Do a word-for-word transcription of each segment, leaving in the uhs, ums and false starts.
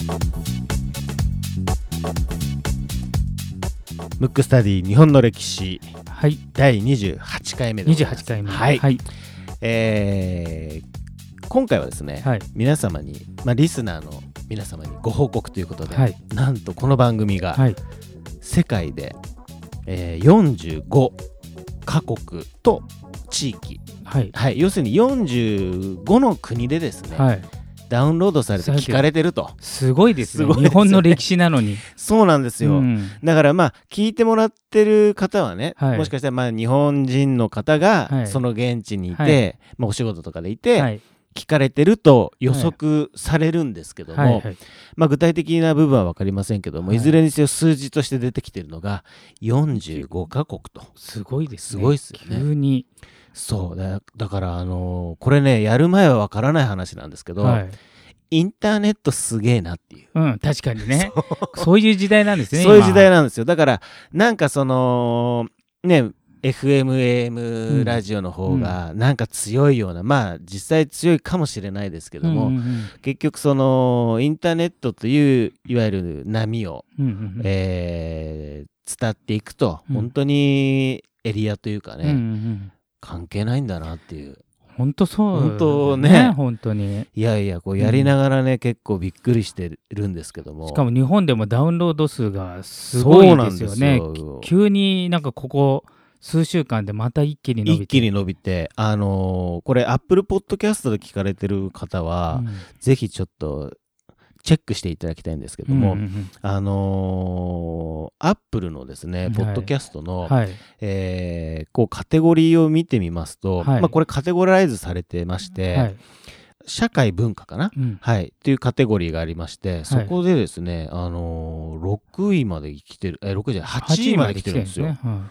ムックスタディ日本の歴史、 はい、 だいにじゅうはちかいめでございます。 にじゅうはちかいめ、 はい、 はい、 えー、今回はですね、はい、皆様に、まあ、リスナーの皆様にご報告ということで、はい、なんとこの番組が世界で、えー、よんじゅうごカ国と地域、はいはい、要するによんじゅうごの国でですね、はい、ダウンロードされて聞かれてると。 すごいですね。日本の歴史なのに。 そうなんですよ、うん、だからまあ聞いてもらってる方はね、はい、もしかしたらまあ日本人の方がその現地にいて、はいまあ、お仕事とかでいて、はい、聞かれてると予測されるんですけども、はいはいはいまあ、具体的な部分は分かりませんけども、はい、いずれにせよ数字として出てきてるのがよんじゅうごカ国と。 すごいですね。 すごいですよね。 急に。 そうだ、だからあのー、これねやる前は分からない話なんですけど、はいインターネットすげえなっていう。 うん、確かにね。そう、そういう時代なんですね。 そういう時代なんですよ。だから、なんかその、ね、エフエム、エーエム ラジオの方がなんか強いような、うん、まあ実際強いかもしれないですけども、うんうんうん、結局そのインターネットといういわゆる波を、うんうんうんえー、伝っていくと、うん、本当にエリアというかね、うんうんうん、関係ないんだなっていう。 本当そう、ね、 本当ね本当にいやいやこうやりながらね、うん、結構びっくりしてるんですけども、 しかも日本でもダウンロード数がすごいですよね。急になんかここ数週間でまた一気に伸びて一気に伸びてあのー、これ Apple Podcast で聞かれてる方は、うん、ぜひちょっとチェックしていただきたいんですけども、うんうんうん、あのー、アップルのですね、ポッドキャストの、はいえー、こうカテゴリーを見てみますと、はいまあ、これカテゴライズされてまして、はい、社会文化かな、うんはい、っていうカテゴリーがありまして、そこでですね、あのー、ろくいまで来てる、え、ろくいじゃない、はちいまで来てるんですよ。すねはい、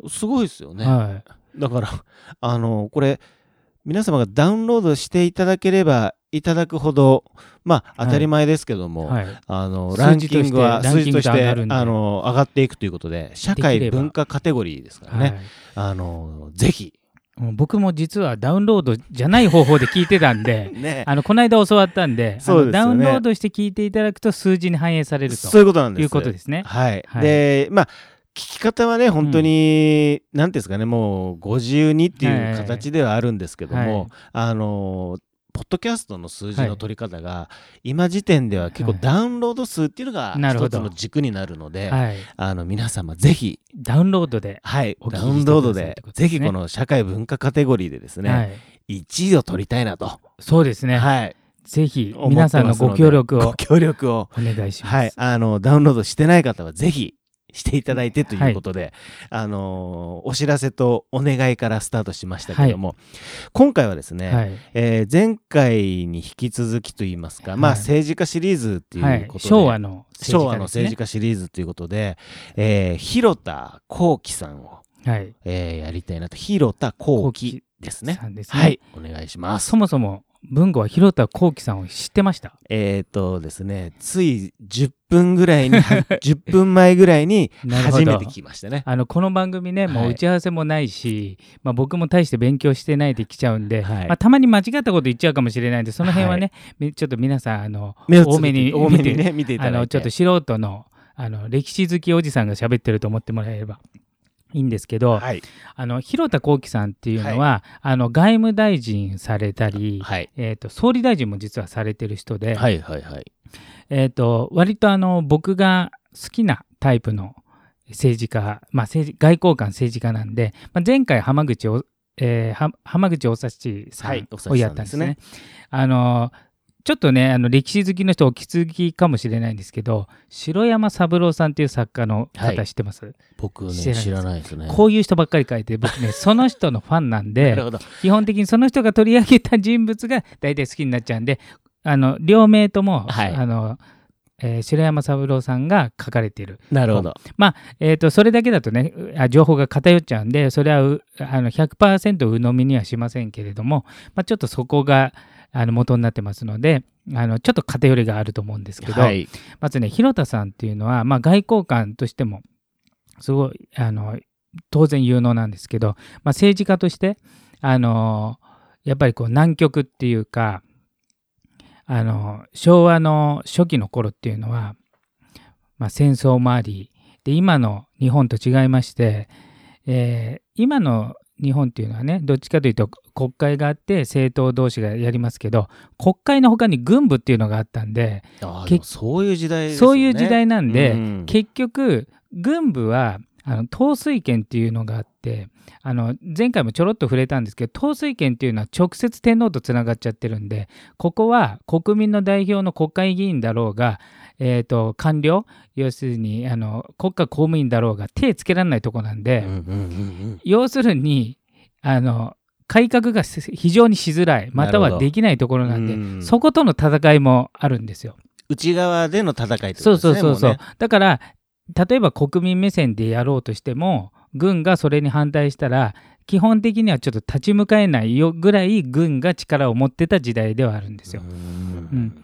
すごいですよね。はい、だから、あのー、これ、皆様がダウンロードしていただければいただくほど、まあ当たり前ですけども、はいはい、あのランキングは数字としてあの上がっていくということで、社会文化カテゴリーですからね、はい、あのぜひ。 僕も実はダウンロードじゃない方法で聞いてたんで、ね、あのこの間教わったん で, そうですよ、ね、 ダウンロードして聞いていただくと数字に反映されるとそういうことなんです。 いうことですね。 はい、はい、でまあ聞き方はね本当に何、うん、ですかねもうご自由にっていう形ではあるんですけども、はい、あのポッドキャストの数字の取り方が、はい、今時点では結構ダウンロード数っていうのが一つの軸になるので、はい、あの皆様ぜひダウンロードではいダウンロードで、ね、ぜひこの社会文化カテゴリーでですね、はい、いちいを取りたいなと。 そうですね、はい、ぜひ皆さんのご協力をご協力をお願いします。 はい、あのダウンロードしてない方はぜひしていただいてということで、はい、あのー、お知らせとお願いからスタートしましたけども、はい、今回はですね、はいえー、前回に引き続きといいますか、はい、まあ政治家シリーズっていうことで、 はい、昭和の政治家ですね、 昭和の政治家シリーズということで、えー、広田幸喜さんを、はいえー、やりたいなと。広田幸喜ですね。ですねはい、お願いします。 そもそも文吾は広田幸喜さんを知ってました？ えっとですね、ついじゅっぷんぐらいにじゅっぷんまえぐらいに初めて聞きましたね。 あのこの番組ね、もう打ち合わせもないし、はいまあ、僕も大して勉強してないで来ちゃうんで、はいまあ、たまに間違ったこと言っちゃうかもしれないんで、その辺はね、はい、ちょっと皆さんあの多めに多めにね見ていただいて、 あのちょっと素人のあの歴史好きおじさんが喋ってると思ってもらえればいいんですけど、はい、あの広田幸喜さんっていうのは、はい、あの外務大臣されたり、はいえーと、総理大臣も実はされてる人で、はいはいはいえーと、割とあの僕が好きなタイプの政治家、まあ、政治外交官政治家なんで、まあ、前回浜口お、えー、浜口おさちさんをやったんですね。はい、あのちょっとねあの歴史好きの人お気づきかもしれないんですけど、城山三郎さんっていう作家の方、はい、知ってます？ 僕ね知らないですね。 こういう人ばっかり書いて、僕ねその人のファンなんで基本的にその人が取り上げた人物が大体好きになっちゃうんで、あの両名とも、はい、あのえー、城山三郎さんが書かれている。 なるほど。 まあえー、とそれだけだとね情報が偏っちゃうんで、それはあの ひゃくパーセント 鵜呑みにはしませんけれども、まあ、ちょっとそこがあの元になってますので、あのちょっと偏りがあると思うんですけど、はい、まずね広田さんっていうのは、まあ、外交官としてもすごいあの当然有能なんですけど、まあ、政治家としてあのやっぱりこう難局っていうか、 あの昭和の初期の頃っていうのは、まあ、戦争もありで今の日本と違いまして、えー、今の日本っていうのはねどっちかというと国会があって政党同士がやりますけど国会の他に軍部っていうのがあったんで、 あでもそういう時代ですよね。 そういう時代なんで、 うん、 結局軍部はあの統帥権っていうのがあってあの前回もちょろっと触れたんですけど統帥権っていうのは直接天皇とつながっちゃってるんでここは国民の代表の国会議員だろうが、えーと、官僚要するにあの国家公務員だろうが手つけられないとこなんで、 うんうんうんうん、 要するにあの改革が非常にしづらいまたはできないところなんで、うん、そことの戦いもあるんですよ。 内側での戦いってことですね。 そうそうそうそう、 ね、 だから例えば国民目線でやろうとしても軍がそれに反対したら基本的にはちょっと立ち向かえないよぐらい軍が力を持ってた時代ではあるんですよ。うん、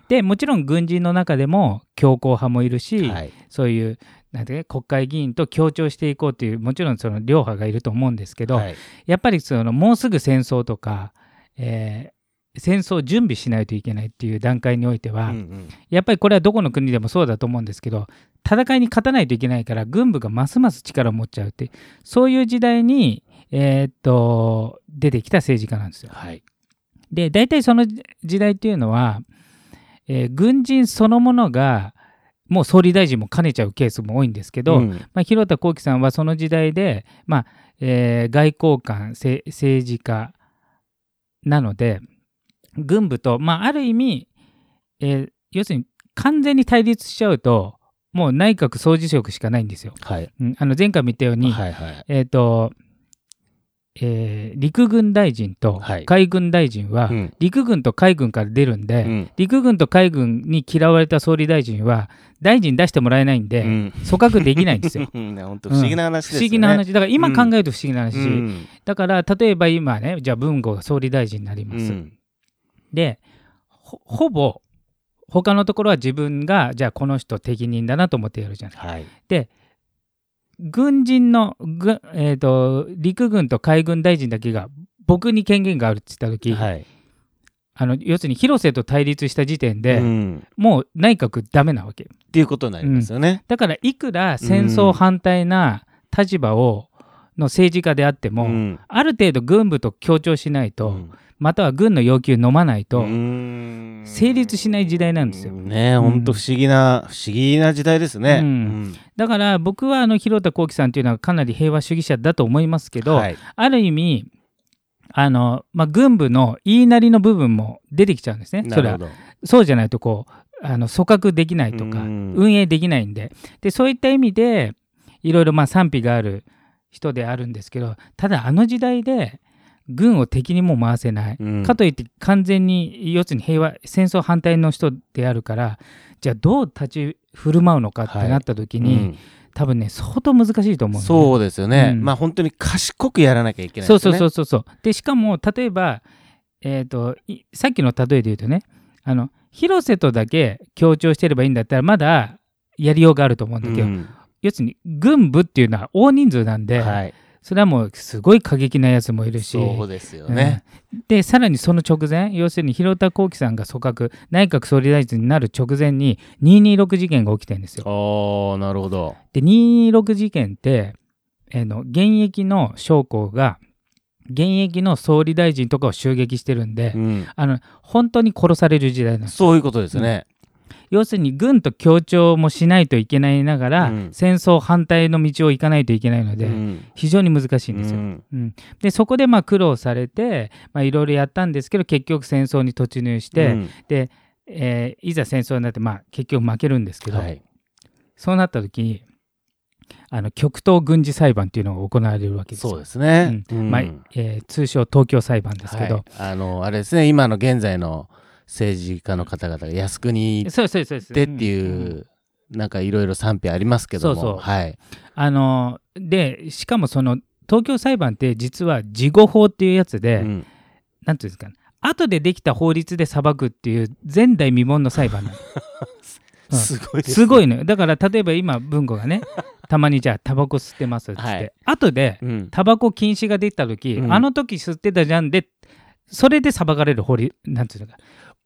でもちろん軍人の中でも強硬派もいるし、はい、そういうなんて国会議員と協調していこうというもちろんその両派がいると思うんですけど、はい、やっぱりそのもうすぐ戦争とか、えー、戦争を準備しないといけないっていう段階においては、うんうん、やっぱりこれはどこの国でもそうだと思うんですけど戦いに勝たないといけないから軍部がますます力を持っちゃうってそういう時代に、えー、っと出てきた政治家なんですよ。はい、で大体その時代っていうのは、えー、軍人そのものがもう総理大臣も兼ねちゃうケースも多いんですけど、うんまあ、広田幸喜さんはその時代で、まあえー、外交官政治家なので軍部と、まあ、ある意味、えー、要するに完全に対立しちゃうともう内閣総辞職しかないんですよ。はいうん、あの前回も言ったように、はいはいえーとえー、陸軍大臣と海軍大臣は、はいうん、陸軍と海軍から出るんで、うん、陸軍と海軍に嫌われた総理大臣は大臣出してもらえないんで、うん、組閣できないんですよ。 本当不思議な話ですよね、 不思議な話だから今考えると不思議な話、うん、だから例えば今ねじゃあ文吾が総理大臣になります、うん、で ほ, ほぼ他のところは自分がじゃあこの人適任だなと思ってやるじゃない、はい、で軍人の、えーと、陸軍と海軍大臣だけが僕に権限があるって言った時、はい、あの要するに広瀬と対立した時点で、うん、もう内閣ダメなわけっていうことになりますよね、 うん、だからいくら戦争反対な立場をの政治家であっても、うん、ある程度軍部と協調しないと、うん、または軍の要求飲まないと成立しない時代なんですよ。 ねえ、うん、本当不思議な不思議な時代ですね。うんうん、 だから僕はあの広田幸喜さんというのはかなり平和主義者だと思いますけど、はい、ある意味あの、まあ、軍部の言いなりの部分も出てきちゃうんですね。それはそうじゃないとこうあの組閣できないとか、うん、運営できないんで、でそういった意味でいろいろまあ賛否がある人であるんですけど、ただあの時代で軍を敵にも回せない、うん、かといって完全に要するに平和戦争反対の人であるからじゃあどう立ち振る舞うのかってなった時に、はいうん、多分ね相当難しいと思う、ね、 そうですよね、うん、まあ本当に賢くやらなきゃいけないですね。 そうそうそうそうでしかも例えば、えーと、さっきの例えで言うとねあの広瀬とだけ協調してればいいんだったらまだやりようがあると思うんだけど、うん、要するに軍部っていうのは大人数なんで、はいそれはもうすごい過激なやつもいるしそうですよね、 うん、でさらにその直前要するに広田幸喜さんが組閣内閣総理大臣になる直前ににひゃくにじゅうろく事件が起きてるんですよ。 ああなるほど。 でにひゃくにじゅうろく事件って、えー、の現役の将校が現役の総理大臣とかを襲撃してるんで、うん、あの本当に殺される時代なんです。 そういうことですね、うん要するに軍と協調もしないといけないながら、うん、戦争反対の道を行かないといけないので、うん、非常に難しいんですよ、うんうん、でそこでまあ苦労されていろいろやったんですけど結局戦争に突入して、うん、で、えー、いざ戦争になってまあ結局負けるんですけど、はい、そうなった時にあの極東軍事裁判っていうのが行われるわけですよ。 そうですね、 うんまあえー、通称東京裁判ですけど、 はい、あのあれですね今の現在の政治家の方々が靖国でっていうなんかいろいろ賛否ありますけども、そうそう、はい、 あのでしかもその東京裁判って実は事後法っていうやつで、うん、なんていうんですかね後でできた法律で裁くっていう前代未聞の裁判なの、 うん、すごいですね、 すごいのよ。だから例えば今文吾がねたまにじゃあタバコ吸ってますっつって、はい、後でタバコ禁止が出た時、うん、あの時吸ってたじゃんでそれで裁かれる法律なんていうのか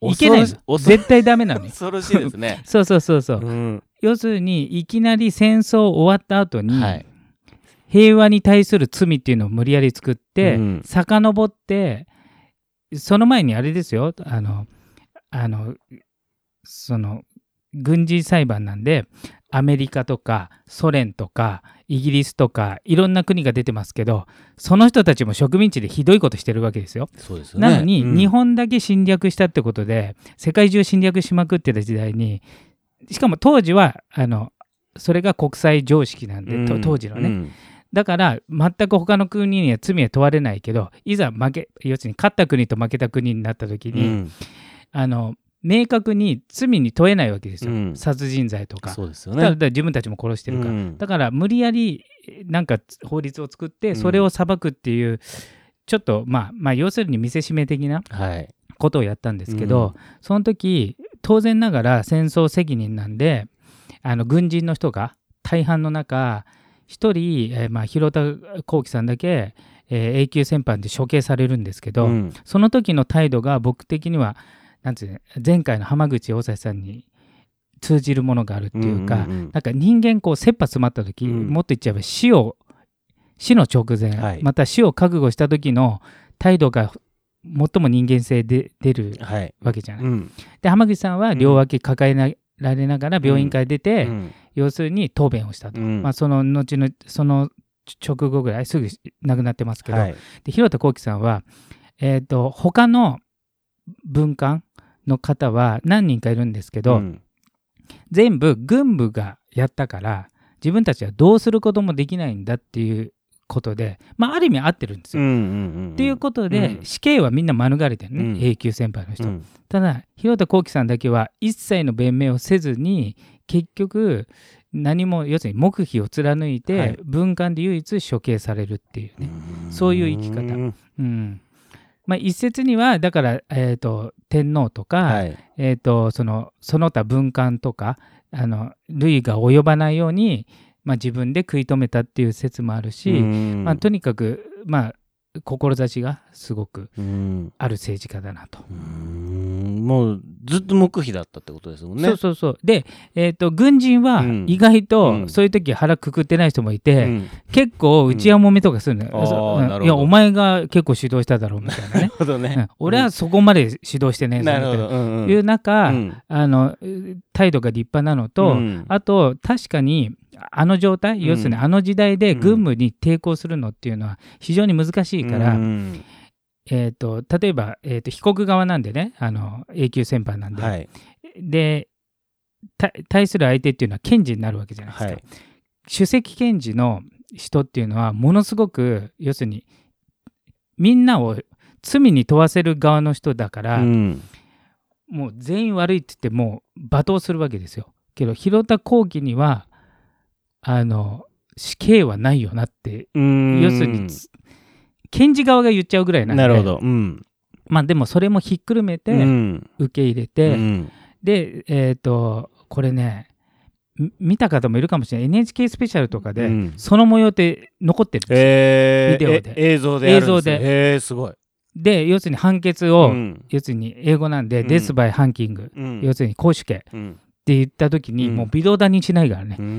いけないの。絶対ダメなのよ。 恐ろしいですね。 そうそうそうそう、うん、要するにいきなり戦争終わった後に、はい、平和に対する罪っていうのを無理やり作って、うん、遡ってその前にあれですよ、あのあのその軍事裁判なんでアメリカとかソ連とかイギリスとかいろんな国が出てますけど、その人たちも植民地でひどいことしてるわけですよ。 そうですよね。 なのに、うん、日本だけ侵略したってことで世界中侵略しまくってた時代に、しかも当時はあのそれが国際常識なんで、うん、当時のね、うん、だから全く他の国には罪は問われないけど、いざ負け要するに勝った国と負けた国になった時に、うん、あの明確に罪に問えないわけですよ、うん、殺人罪とか。 そうですよね。 だから自分たちも殺してるから、うん、だから無理やりなんか法律を作ってそれを裁くっていう、うん、ちょっとまあまあ要するに見せしめ的なことをやったんですけど、はい、うん、その時当然ながら戦争責任なんで、あの軍人の人が大半の中一人、えー、まあ広田幸喜さんだけ、えー、永久戦犯で処刑されるんですけど、うん、その時の態度が僕的にはなんていうの、前回の浜口大崎さんに通じるものがあるっていうか、うんうんうん、なんか人間こう切羽詰まった時、うん、もっと言っちゃえば死を死の直前、はい、また死を覚悟した時の態度が最も人間性で出るわけじゃない、はい、うん、で浜口さんは両脇抱えな、られながら病院から出て、うん、要するに答弁をしたと、うん、まあ、その後のその直後ぐらいすぐ亡くなってますけど、はい、で広田幸喜さんは、えーと、他の文官の方は何人かいるんですけど、うん、全部軍部がやったから自分たちはどうすることもできないんだっていうことで、まあある意味合ってるんですよ、うんうんうんうん、っていうことで、うん、死刑はみんな免れてるね、うん、永久戦犯の人、うん、ただ広田幸喜さんだけは一切の弁明をせずに結局何も要するに黙秘を貫いて、はい、文官で唯一処刑されるっていうね、そういう生き方、うん、まあ、一説にはだから、えーと、天皇とか、はい、えーと、その、その他文官とかあの類が及ばないように、まあ、自分で食い止めたっていう説もあるし、まあ、とにかく、まあ、志がすごくある政治家だなと。 うーん、もうずっと黙秘だったってことですもんね。 そうそうそう。で、えーと、軍人は意外とそういう時腹くくってない人もいて、うん、結構内輪もめとかするのよ、うんうん、いやお前が結構指導しただろうみたいなね。なるほどね、うん、俺はそこまで指導してねえぞみたいな、うんうん、いう中、うん、あの態度が立派なのと、うん、あと確かにあの状態、要するにあの時代で軍部に抵抗するのっていうのは非常に難しいから、うん、えーと、例えば、えーと、被告側なんでね、あの永久戦犯なんで、はい、で対する相手っていうのは検事になるわけじゃないですか、はい、首席検事の人っていうのはものすごく要するにみんなを罪に問わせる側の人だから、うん、もう全員悪いって言ってもう罵倒するわけですよ。けど広田幸喜にはあの死刑はないよなって、要するに検事側が言っちゃうぐらいなんで、 なるほど、うん、 まあでもそれもひっくるめて受け入れて、うん、でえっ、ー、とこれね見た方もいるかもしれない エヌエイチケー スペシャルとかで、うん、その模様って残ってるんですよ、えー、ビデオで映像であるんですよ。映像で、えー、すごい。 で要するに判決を、うん、要するに英語なんで、うん、デスバイハンキング、うん、要するに絞首刑、うんって言った時に、うん、もう微動だにしないからね、うん、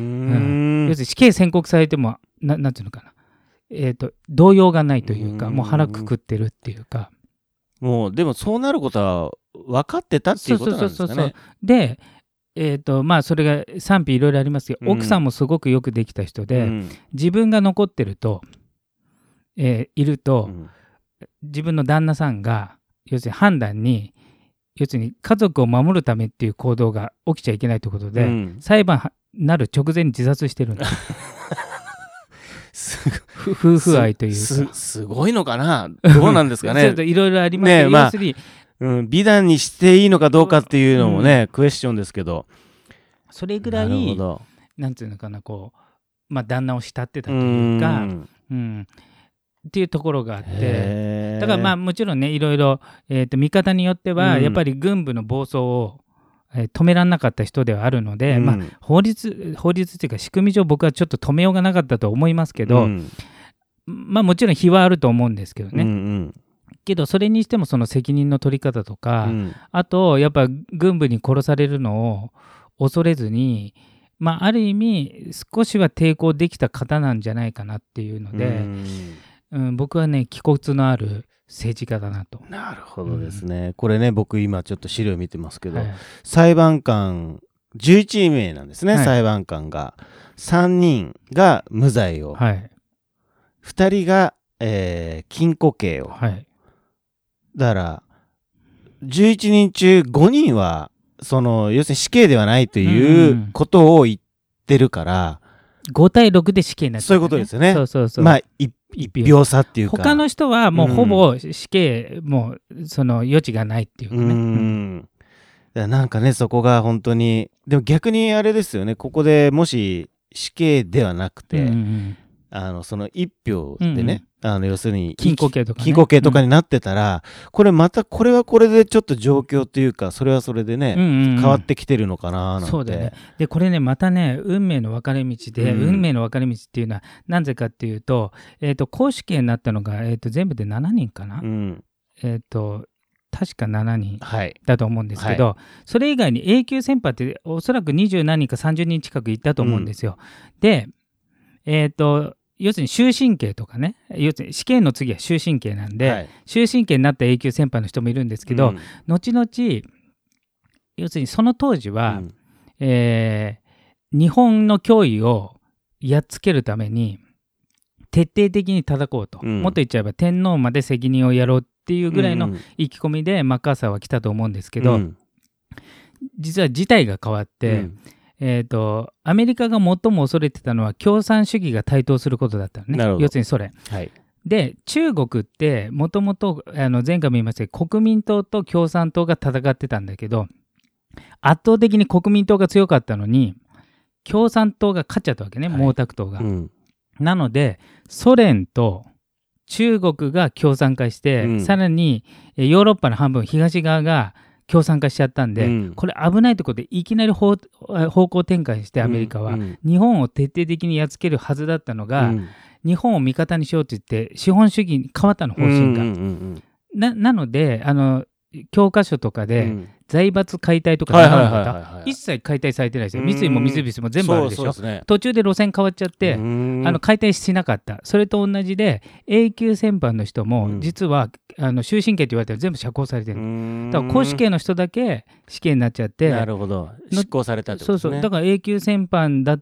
要するに死刑宣告されても な, なんていうのかな、えーと動揺がないというか、もう腹くくってるっていうか、 もうでもそうなることは分かってたっていうことなんですかね。そうそうそうそう。 で、えーとまあ、それが賛否いろいろありますけど、うん、奥さんもすごくよくできた人で、うん、自分が残ってると、えー、いると、うん、自分の旦那さんが要するに判断に要するに家族を守るためっていう行動が起きちゃいけないということで、うん、裁判になる直前に自殺してるんです夫婦愛というかす, すごいのかな、どうなんですかねいろいろありますけど、ね、要するに、 まあうん、美談にしていいのかどうかっていうのもね、うん、クエスチョンですけど、 それぐらいなんていうのかな、こう、まあ、旦那を慕ってたというか、うんうんっていうところがあって、だからまあもちろんねいろいろ、えーと見方によってはやっぱり軍部の暴走を、えー、止められなかった人ではあるので、うんまあ、法律法律っていうか仕組み上僕はちょっと止めようがなかったと思いますけど、うん、まあもちろん非はあると思うんですけどね、うんうん、 けどそれにしてもその責任の取り方とか、うん、あとやっぱ軍部に殺されるのを恐れずに、まあ、ある意味少しは抵抗できた方なんじゃないかなっていうので、うんうん、僕はね気骨のある政治家だなと。 なるほどですね、うん、これね僕今ちょっと資料見てますけど、はい、裁判官じゅういちめいなんですね、はい、裁判官がさんにんが無罪を、はい、ふたりが、えー、禁錮刑を、はい、だからじゅういちにん中ごにんはその要するに死刑ではないということを言ってるから、 うん、ごたいろくで死刑になっちゃう、ね、 そういうことですよね。そうそうそう、まあい一票差っていうか、 他の人はもうほぼ死刑、うん、もうその余地がないっていうかね。うん、うんなんかねそこが本当にでも逆にあれですよね、ここでもし死刑ではなくて、うんうん、あのその一票でね、うんうん、あの要するに禁錮刑とか、ね、 禁錮刑とかになってたら、うん、これまたこれはこれでちょっと状況というかそれはそれでね、うんうんうん、変わってきてるのかななんて。 そうだよね。でこれねまたね運命の分かれ道で、うん、運命の分かれ道っていうのはなぜかっていうと、えーと公主刑になったのが、えーと全部でしちにんかな、うん、えっ、ー、と確かしちにんだと思うんですけど、はいはい、それ以外に永久戦犯っておそらくにじゅうなんにんかさんじゅうにん近くいったと思うんですよ。うん、で、えっ、ー、と要するに終身刑とかね、要するに死刑の次は終身刑なんで、はい、終身刑になった永久戦犯の人もいるんですけど、うん、後々要するにその当時は、うん、えー、日本の脅威をやっつけるために徹底的に叩こうと、うん、もっと言っちゃえば天皇まで責任をやろうっていうぐらいの意気込みでマッカーサーは来たと思うんですけど、うん、実は事態が変わって、うん、えーと、アメリカが最も恐れてたのは共産主義が台頭することだったのね。要するにソ連、はい、で中国ってもともと前回も言いましたけど国民党と共産党が戦ってたんだけど圧倒的に国民党が強かったのに共産党が勝っちゃったわけね、はい、毛沢東が、うん、なのでソ連と中国が共産化して、うん、さらにヨーロッパの半分東側が共産化しちゃったんで、うん、これ危ないところでいきなり方向転換してアメリカは、うん、日本を徹底的にやっつけるはずだったのが、うん、日本を味方にしようって言って資本主義に変わったの方針が、うんうんうん、な, なのであの教科書とかで、うん、財閥解体とか習うんだった、一切解体されてないですよ。三井も三菱も全部あるでしょ。そうそうですね、途中で路線変わっちゃってあの解体しなかった。それと同じで永久戦犯の人も、うん、実はあの終身刑って言われてる全部釈放されてる。だから公主刑の人だけ死刑になっちゃって、 なるほど、執行されたってことですね。 そうそう、だから永久戦犯だった、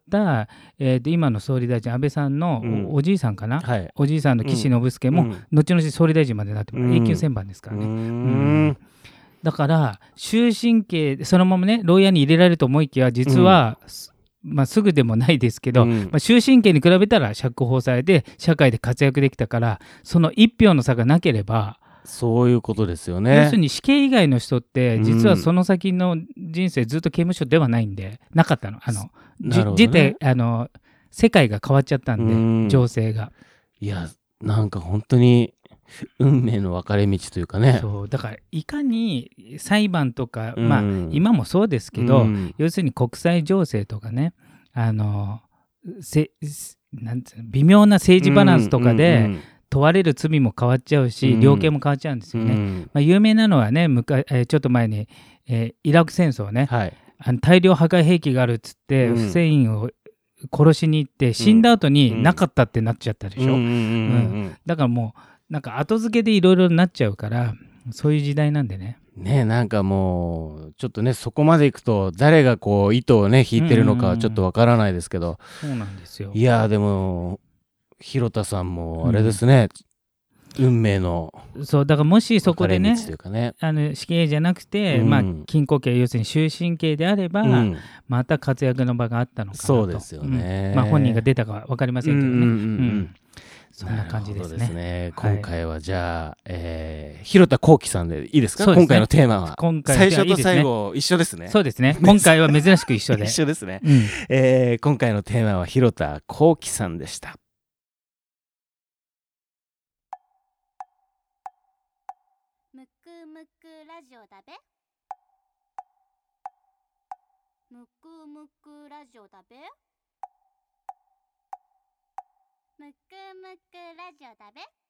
えー、と今の総理大臣安倍さんの お,、うん、おじいさんかな、はい、おじいさんの岸信介も、うん、後々総理大臣までなっても、うん、永久戦犯ですからね。うんうんだから終身刑そのままね牢屋に入れられると思いきや実は、うんまあ、すぐでもないですけど、うんまあ、終身刑に比べたら釈放されて社会で活躍できたからその一票の差がなければそういうことですよね。 要するに死刑以外の人って実はその先の人生ずっと刑務所ではないんで、うん、なかったのあのじ、ね、あの世界が変わっちゃったんで、うん、情勢がいやなんか本当に運命の分かれ道というかね。 そうだからいかに裁判とか、うん、まあ今もそうですけど、うん、要するに国際情勢とかねあのせなんていうの微妙な政治バランスとかで、うんうんうん問われる罪も変わっちゃうし、量刑も変わっちゃうんですよね。うんまあ、有名なのはね、むかえー、ちょっと前に、えー、イラク戦争ね、はい、あの大量破壊兵器があるっつって、うん、フセインを殺しに行って死んだ後になかったってなっちゃったでしょ。だからもうなんか後付けでいろいろなっちゃうからそういう時代なんでね。 ねなんかもうちょっとねそこまでいくと誰がこう糸をね引いてるのかはちょっとわからないですけど、 うんうんうん、そうなんですよ。 いやでも広田さんもあれですね、うん、運命のそうだからもしそこで ね, ねあの死刑じゃなくて、うんまあ、禁錮刑要するに終身刑であれば、うん、また活躍の場があったのかなと。 そうですよね、 うんまあ、本人が出たかは分かりませんけどね、うんうんうんうんそんな感じです ね, ですね。 今回はじゃあ、はいえー、広田幸喜さんでいいですか。そうですね、今回のテーマは今回最初と最後一緒ですね。 そうですね今回は珍しく一緒で一緒ですね、うんえー、今回のテーマは広田幸喜さんでした。 むくむくラジオだべむくむくラジオだべむくむくラジオだべ。